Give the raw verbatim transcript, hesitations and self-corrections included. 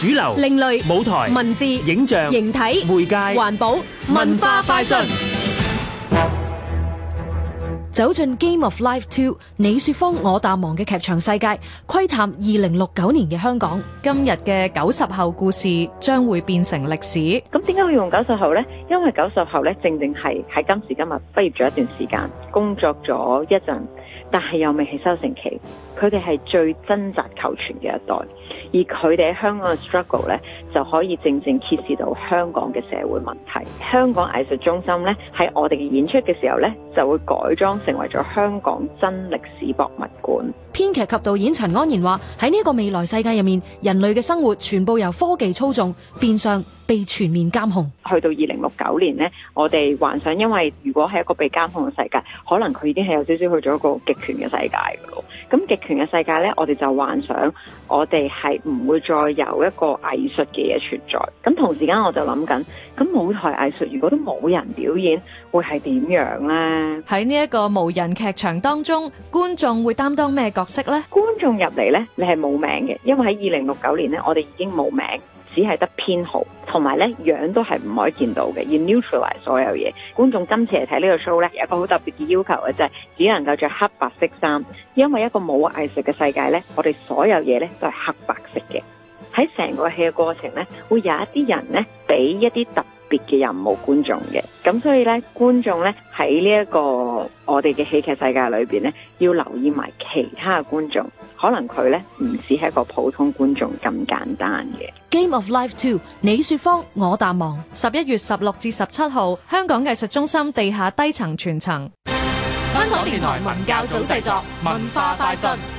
主流、 另類舞台、 文字、 影像、 形體、 媒介、 環保、文化快訊。走進 Game of Life two 你說謊我淡忘嘅劇場世界，窺探二零六九年嘅香港。 今日嘅九十後故事將會變成歷史。 咁點解會用九十後呢？因為九十後咧正正係喺今時今日畢業咗一段時間，工作咗一陣，但係又未係收成期，佢哋係最掙扎求存嘅一代，而佢哋喺香港嘅 struggle 咧，就可以正正揭示到香港嘅社會問題。香港藝術中心咧喺我哋嘅演出嘅時候咧，就會改裝成為咗香港真歷史博物館。 編劇及導演陳安然話：喺呢個未來世界入面，人類嘅生活全部由科技操縱，變相被全面監控。 去到二零六九年呢，我哋幻想，因為如果係一個被監控嘅世界，可能佢已經係有少少去咗一個極權嘅世界噶咯。咁極權嘅世界呢，我哋就幻想我哋係唔會再有一個藝術嘅嘢存在。咁同時間我就諗緊，咁舞台藝術如果都冇人表演，會係點樣呢？ 喺呢一個無人劇場當中，觀眾會擔當咩角色呢？ 觀眾入嚟呢，你係冇名嘅，因為喺二零六九年呢，我哋已經冇名，只係得編號，同埋咧樣都係唔可以見到嘅，要 neutralize 所有嘢。觀眾今次嚟睇呢個 show 咧，有一個好特別嘅要求嘅，就係只能夠着黑白色衫，因為一個冇藝術嘅世界咧，我哋所有嘢咧都係黑白色嘅。喺成個戲嘅過程咧，會有一啲人咧俾一啲特別嘅任務觀眾嘅，咁所以咧觀眾咧喺呢一個我哋嘅戲劇世界裏邊咧，要留意埋其他嘅觀眾，可能佢咧唔只係一個普通觀眾咁簡單嘅。 Game of Life two 你說謊我淡忘， 十一月十六至十七號，香港藝術中心地下低層全層。 香港電台文教組製作，文化快訊。